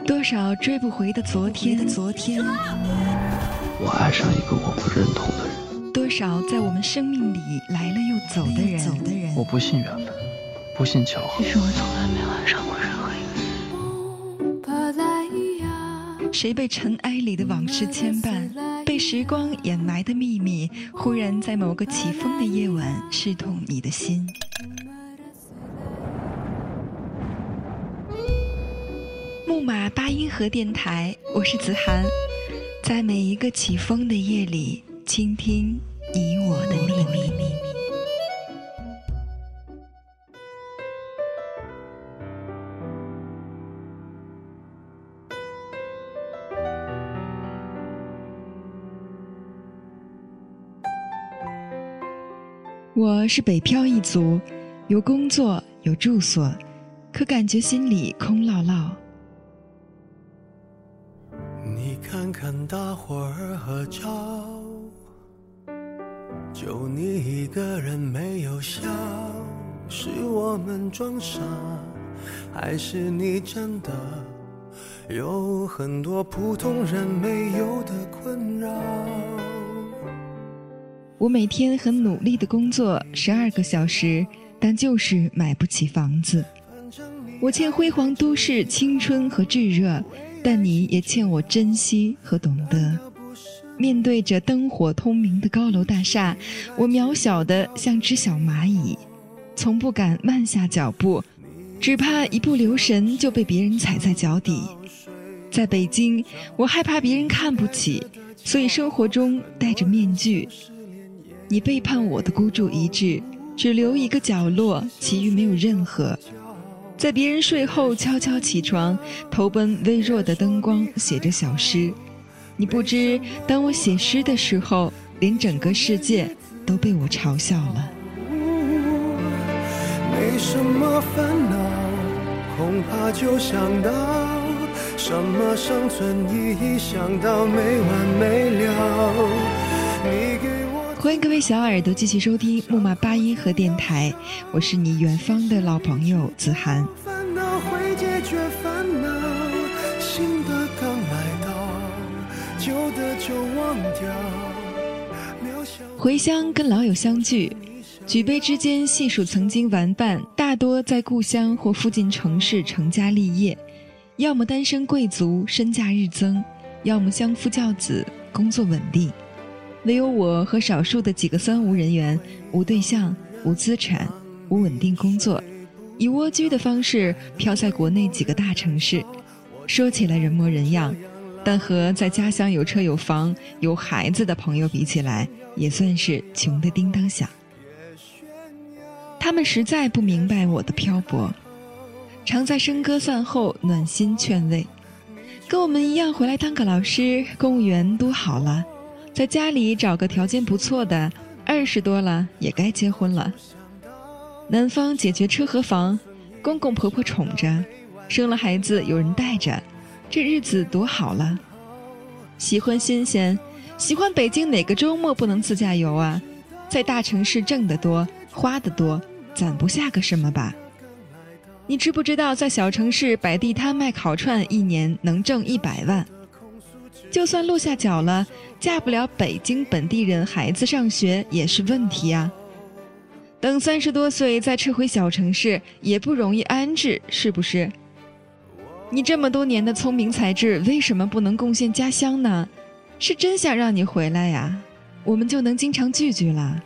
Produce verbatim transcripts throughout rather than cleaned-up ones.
多少追不回的昨天，昨天， 我爱上一个我不认同的人。 多少在我们生命里来了又走的人，走的人。 我不信缘分，不信巧合。 其实我从来没有爱上过任何一个人。谁被尘埃里的往事牵绊，被时光掩埋的秘密，忽然在某个起风的夜晚，刺痛你的心。木马八音盒电台，我是子涵，在每一个起风的夜里，倾听你我的秘密。我是北漂一族，有工作有住所，可感觉心里空落落。 你看看大伙儿合照，就你一个人没有笑，是我们装傻，还是你真的有很多普通人没有的困扰？ 我每天很努力的工作十二个小时，但就是买不起房子。我欠辉煌都市青春和炙热，但你也欠我珍惜和懂得。面对着灯火通明的高楼大厦，我渺小的像只小蚂蚁，从不敢慢下脚步，只怕一不留神就被别人踩在脚底。在北京，我害怕别人看不起，所以生活中戴着面具。你背叛我的孤注一掷，只留一个角落，其余没有任何。在别人睡后悄悄起床，投奔微弱的灯光，写着小诗。你不知，当我写诗的时候，连整个世界都被我嘲笑了。 没什么烦恼，恐怕就想到什么生存意义，想到没完没了。你给我欢迎各位小耳朵继续收听木马八音盒电台，我是你远方的老朋友子涵。 烦恼会解决烦恼，新的刚来到，旧的就忘掉。 回乡跟老友相聚，举杯之间细数曾经玩伴，大多在故乡或附近城市成家立业，要么单身贵族身价日增，要么相夫教子工作稳定。唯有我和少数的几个三无人员，无对象、无资产、无稳定工作，以蜗居的方式飘在国内几个大城市。说起来人模人样，但和在家乡有车有房有孩子的朋友比起来，也算是穷得叮当响。他们实在不明白我的漂泊，常在笙歌散后暖心劝慰，跟我们一样回来当个老师、公务员多好了，在家里找个条件不错的，二十多了也该结婚了。男方解决车和房，公公婆婆宠着，生了孩子有人带着，这日子多好了。喜欢新鲜，喜欢北京哪个周末不能自驾游啊？在大城市挣得多，花得多，攒不下个什么吧？你知不知道在小城市摆地摊卖烤串，一年能挣一百万？就算落下脚了，嫁不了北京本地人，孩子上学也是问题啊。等三十多岁再撤回小城市，也不容易安置，是不是？你这么多年的聪明才智，为什么不能贡献家乡呢？是真想让你回来呀，我们就能经常聚聚了。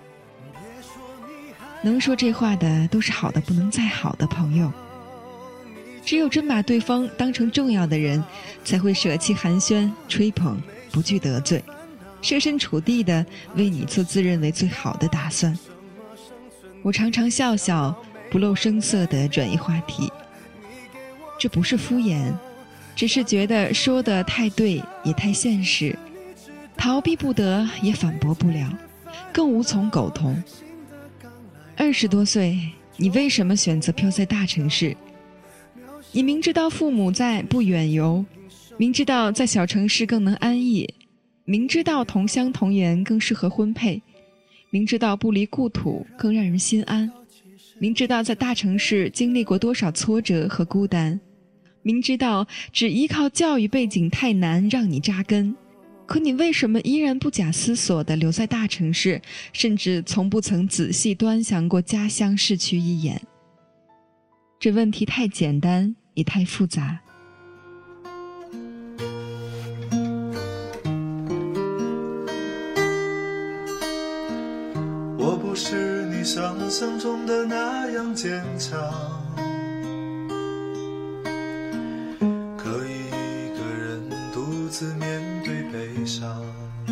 能说这话的都是好的不能再好的朋友。只有真把对方当成重要的人，才会舍弃寒暄吹捧，不惧得罪，设身处地的为你做自认为最好的打算。我常常笑笑，不露声色地转移话题，这不是敷衍，只是觉得说的太对也太现实，逃避不得也反驳不了，更无从苟同。二十多岁，你为什么选择飘在大城市？你明知道父母在不远游，明知道在小城市更能安逸，明知道同乡同源更适合婚配，明知道不离故土更让人心安，明知道在大城市经历过多少挫折和孤单， 明知道只依靠教育背景太难让你扎根，可你为什么依然不假思索地留在大城市，甚至从不曾仔细端详过家乡市区一眼？这问题太简单，也太复杂。 我不是你想象中的那样坚强，可以一个人独自面对悲伤。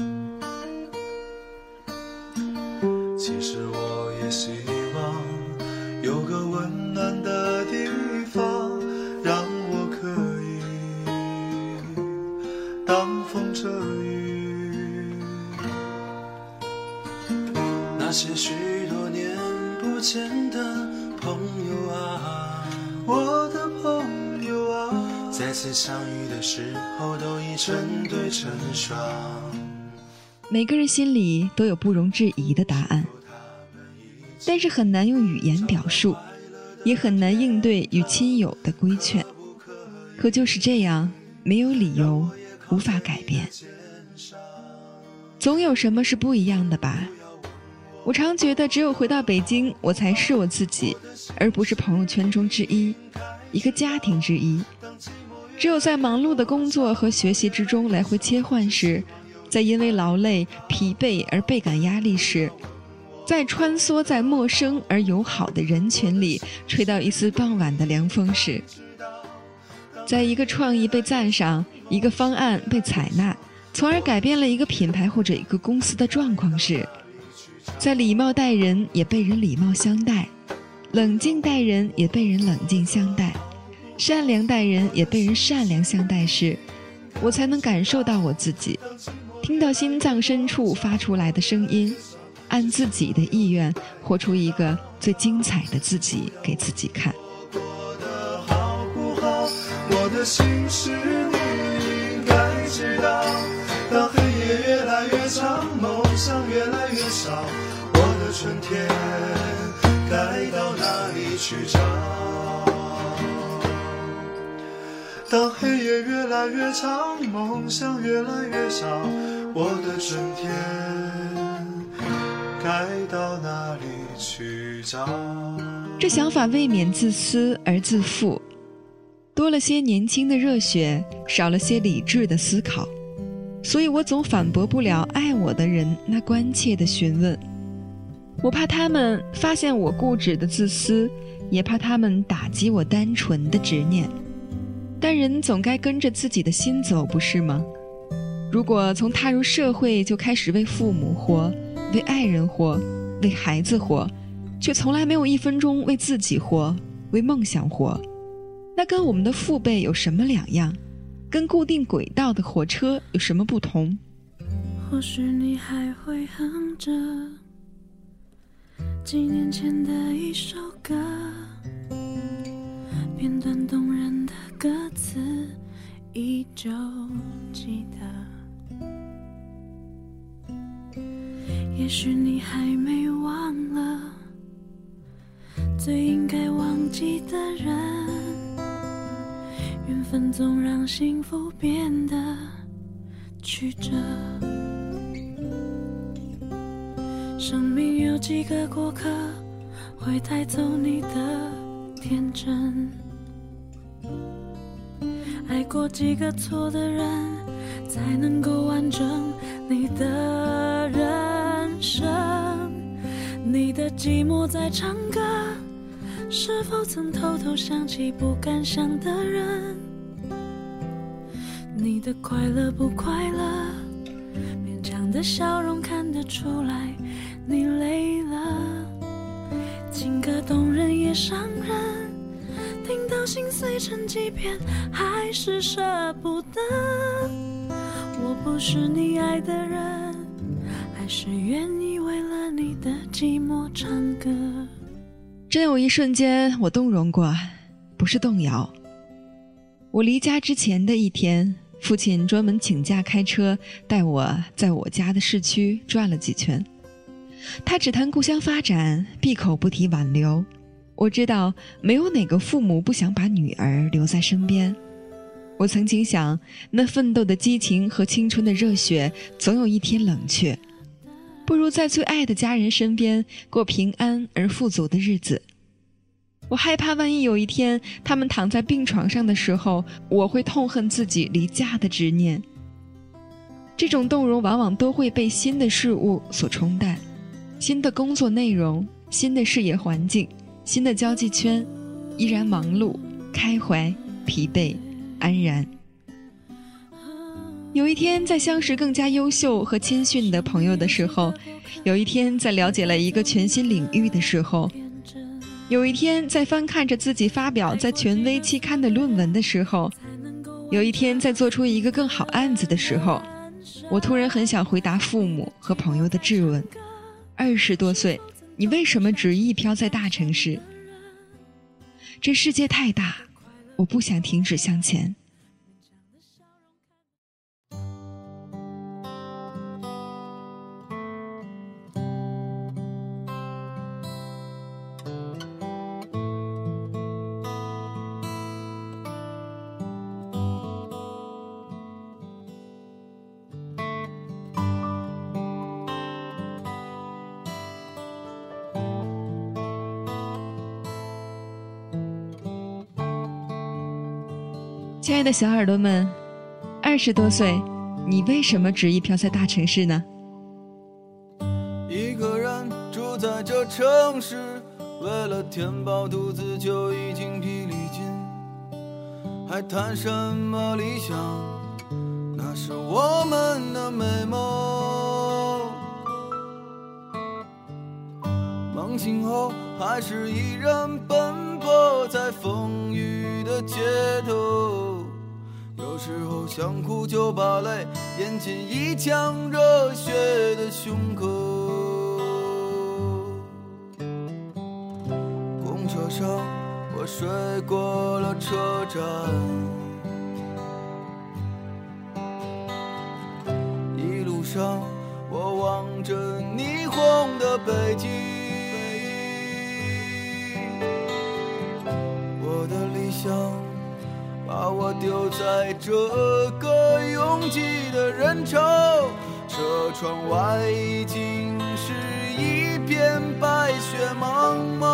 其实我也希望有个温暖的地方，让我可以挡风遮雨。那些许多年不见的朋友啊，我的朋友啊，再次相遇的时候都已成对成双。 每个人心里都有不容置疑的答案，但是很难用语言表述，也很难应对与亲友的规劝。可就是这样，没有理由，无法改变。总有什么是不一样的吧。我常觉得只有回到北京，我才是我自己，而不是朋友圈中之一，一个家庭之一。只有在忙碌的工作和学习之中来回切换时，在因为劳累疲惫而倍感压力时，在穿梭在陌生而友好的人群里吹到一丝傍晚的凉风时，在一个创意被赞赏，一个方案被采纳，从而改变了一个品牌或者一个公司的状况时，在礼貌待人也被人礼貌相待，冷静待人也被人冷静相待，善良待人也被人善良相待时，我才能感受到我自己，听到心脏深处发出来的声音，按自己的意愿活出一个最精彩的自己给自己看。 过得好不好，我的心事你应该知道。当黑夜越来越长，梦想越来越少，我的春天该到哪里去找？当黑夜越来越长，梦想越来越少，我的春天该到哪里去找？ 这想法未免自私而自负，多了些年轻的热血，少了些理智的思考，所以我总反驳不了爱我的人那关切的询问。我怕他们发现我固执的自私，也怕他们打击我单纯的执念。但人总该跟着自己的心走，不是吗？如果从踏入社会就开始为父母活，为爱人活，为孩子活，却从来没有一分钟为自己活，为梦想活，那跟我们的父辈有什么两样？跟固定轨道的火车有什么不同？ 或许你还会哼着几年前的一首歌，片段动人的歌词依旧记得。也许你还没忘了最应该忘记的人，缘分总让幸福变得曲折。生命有几个过客会带走你的天真，爱过几个错的人才能够完整你的人生。你的寂寞在唱歌，是否曾偷偷想起不敢想的人？你的快乐不快乐，勉强的笑容看得出来你累了。情歌动人也伤人，听到心碎成几片还是舍不得。我不是你爱的人，还是愿意为了你的寂寞唱歌。 真有一瞬间我动容过，不是动摇。我离家之前的一天，父亲专门请假开车带我在我家的市区转了几圈。他只谈故乡发展，闭口不提挽留， 我知道没有哪个父母不想把女儿留在身边。我曾经想，那奋斗的激情和青春的热血总有一天冷却，不如在最爱的家人身边过平安而富足的日子。我害怕万一有一天他们躺在病床上的时候，我会痛恨自己离家的执念。这种动容往往都会被新的事物所冲淡，新的工作内容，新的事业环境，新的交际圈，依然忙碌、开怀、疲惫、安然。有一天在相识更加优秀和谦逊的朋友的时候，有一天在了解了一个全新领域的时候，有一天在翻看着自己发表在权威期刊的论文的时候，有一天在做出一个更好案子的时候，我突然很想回答父母和朋友的质问：二十多岁，你为什么执意飘在大城市？这世界太大，我不想停止向前。亲爱的小耳朵们，二十多岁，你为什么执意飘在大城市呢？ 一个人住在这城市，为了填饱肚子就已经疲力尽，还谈什么理想？那是我们的美梦。梦醒后还是依然奔波在风雨的街头，有时候想哭就把泪咽进一腔热血的胸口。公车上我睡过了车站，一路上我望着霓虹的北京，我的理想把我丢在这个拥挤的人潮，车窗外已经是一片白雪茫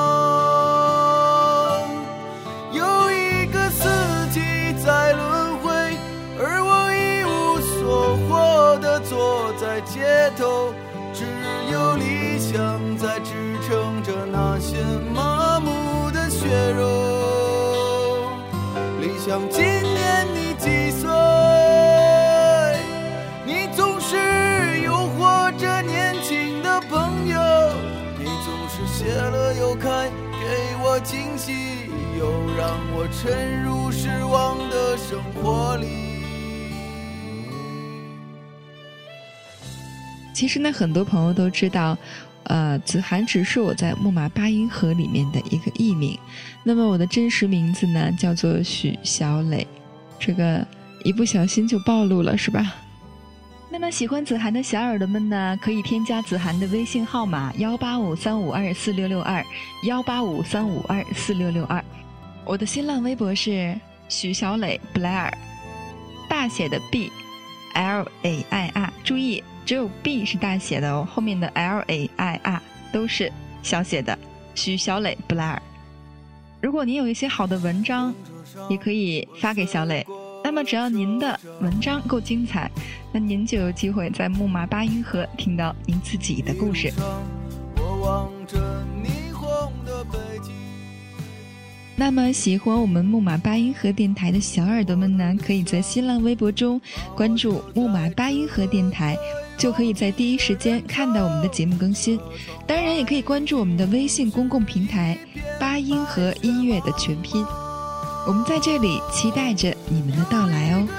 茫。有一个四季在轮回，而我一无所获地坐在街头，只有理想在支撑着那些麻木的血肉。想今年你几岁？你总是诱惑着年轻的朋友，你总是谢了又开，给我惊喜，又让我沉入失望的生活里。 其实呢，很多朋友都知道呃，子涵只是我在木马八音盒里面的一个艺名，那么我的真实名字呢叫做许小磊，这个一不小心就暴露了是吧？那么喜欢子涵的小耳朵们呢，可以添加子涵的微信号码幺八五三五二四六六二幺八五三五二四六六二，我的新浪微博是许小磊布莱尔，大写的 B L A I R， 注意只有 B 是大写的哦，后面的 L A I R 都是小写的，许小磊布莱尔。如果您有一些好的文章，也可以发给小磊，那么只要您的文章够精彩，那您就有机会在木马八音盒听到您自己的故事。 我望着霓虹的北京。 那么喜欢我们木马八音盒电台的小耳朵们呢，可以在新浪微博中关注木马八音盒电台，就可以在第一时间看到我们的节目更新。当然也可以关注我们的微信公共平台八音盒音乐的全拼，我们在这里期待着你们的到来哦。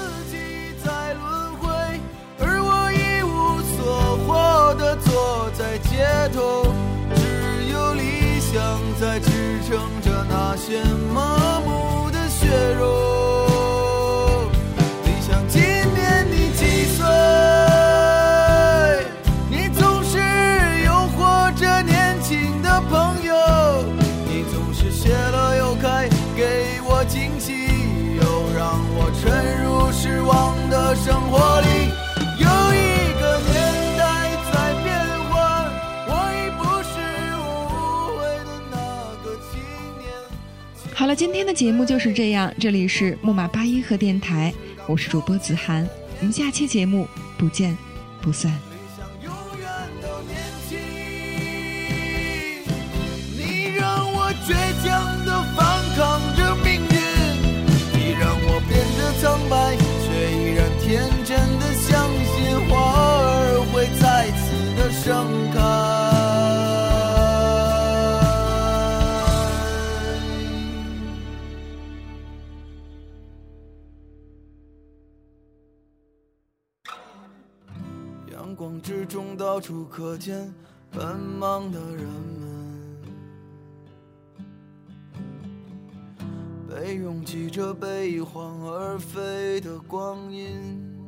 而我一无所获地坐在街头，只有理想在支撑着那些麻木的血肉。理想今年你几岁？你总是诱惑着年轻的朋友，你总失望的生活里，有一个年代在变换，我已不是我误会的那个青年。 好了，今天的节目就是这样，这里是木马八音盒电台，我是主播子涵，我们下期节目不见不散。 永远都年轻，你让我倔强地反抗着命运，你让我变得苍白，却依然天真地相信花儿会再次的盛开。阳光之中到处可见奔忙的人们，被拥挤着被一晃而飞的光阴。